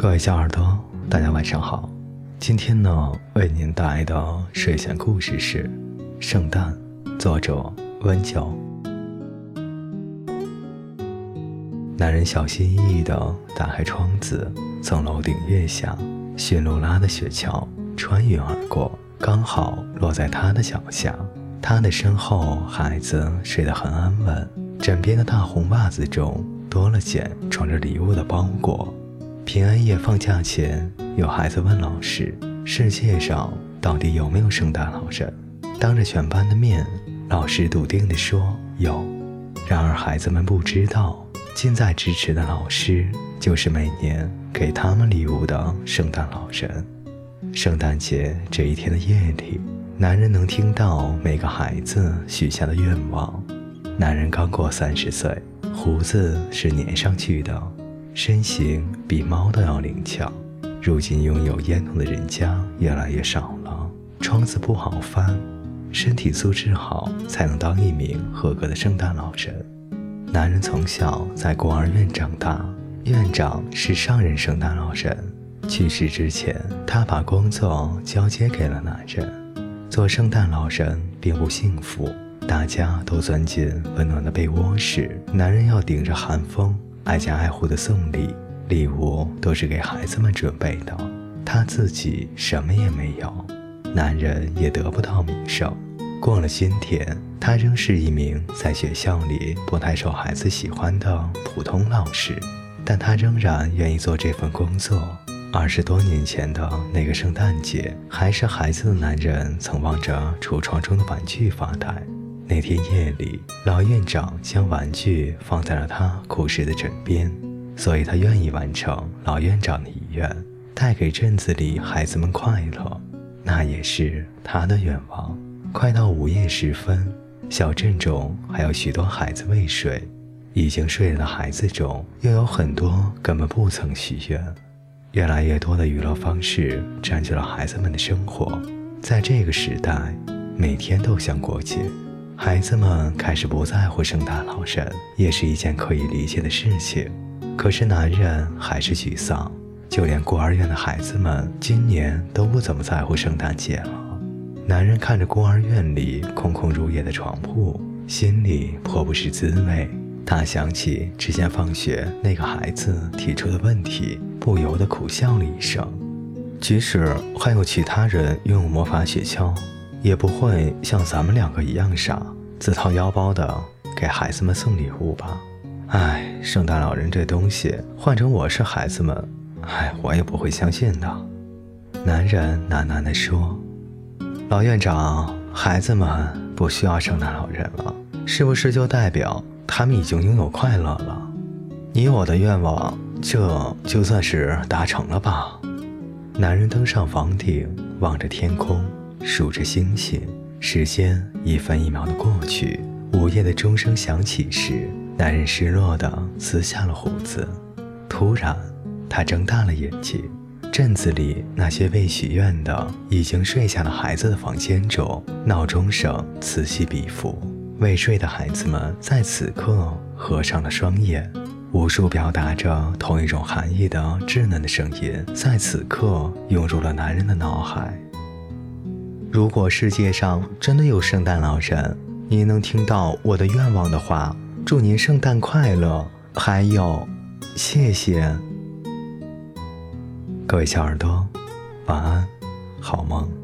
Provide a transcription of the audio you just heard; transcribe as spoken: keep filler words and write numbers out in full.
各位小耳朵，大家晚上好。今天呢，为您带来的睡前故事是《圣诞》，作者温九。男人小心翼翼地打开窗子，从楼顶跃下，驯鹿拉的雪橇穿云而过，刚好落在他的脚下。他的身后，孩子睡得很安稳，枕边的大红袜子中多了件装着礼物的包裹。平安夜放假前，有孩子问老师，世界上到底有没有圣诞老人？当着全班的面，老师笃定地说有。然而孩子们不知道，近在咫尺的老师就是每年给他们礼物的圣诞老人。圣诞节这一天的夜里，男人能听到每个孩子许下的愿望。男人刚过三十岁，胡子是粘上去的，身形比猫都要灵巧。如今拥有烟筒的人家越来越少了，窗子不好翻，身体素质好才能当一名合格的圣诞老人。男人从小在孤儿院长大，院长是上任圣诞老人。去世之前，他把工作交接给了男人。做圣诞老人并不幸福，大家都钻进温暖的被窝时，男人要顶着寒风挨家挨户的送礼，礼物都是给孩子们准备的，他自己什么也没有。男人也得不到名声，过了今天，他仍是一名在学校里不太受孩子喜欢的普通老师，但他仍然愿意做这份工作。二十多年前的那个圣诞节，还是孩子的男人曾望着橱窗中的玩具发呆。那天夜里，老院长将玩具放在了他哭湿的枕边，所以他愿意完成老院长的遗愿，带给镇子里孩子们快乐，那也是他的愿望。快到午夜时分，小镇中还有许多孩子未睡，已经睡了的孩子中又有很多根本不曾许愿。越来越多的娱乐方式占据了孩子们的生活，在这个时代，每天都像过节。孩子们开始不在乎圣诞老人，也是一件可以理解的事情。可是男人还是沮丧，就连孤儿院的孩子们今年都不怎么在乎圣诞节了。男人看着孤儿院里空空如也的床铺，心里颇不是滋味。他想起之前放学那个孩子提出的问题，不由得苦笑了一声。即使还有其他人拥有魔法雪橇，也不会像咱们两个一样傻，自掏腰包的给孩子们送礼物吧。唉，圣诞老人这东西，换成我是孩子们，唉，我也不会相信的。男人喃喃地说。老院长，孩子们不需要圣诞老人了，是不是就代表他们已经拥有快乐了？你我的愿望，这就算是达成了吧。男人登上房顶，望着天空，数着星星。时间一分一秒的过去，午夜的钟声响起时，男人失落地撕下了胡子。突然，他睁大了眼睛。镇子里那些未许愿的、已经睡下的孩子的房间中，闹钟声此起彼伏。未睡的孩子们在此刻合上了双眼，无数表达着同一种含义的稚嫩的声音在此刻涌入了男人的脑海。如果世界上真的有圣诞老人，您能听到我的愿望的话，祝您圣诞快乐，还有谢谢。各位小耳朵，晚安，好梦。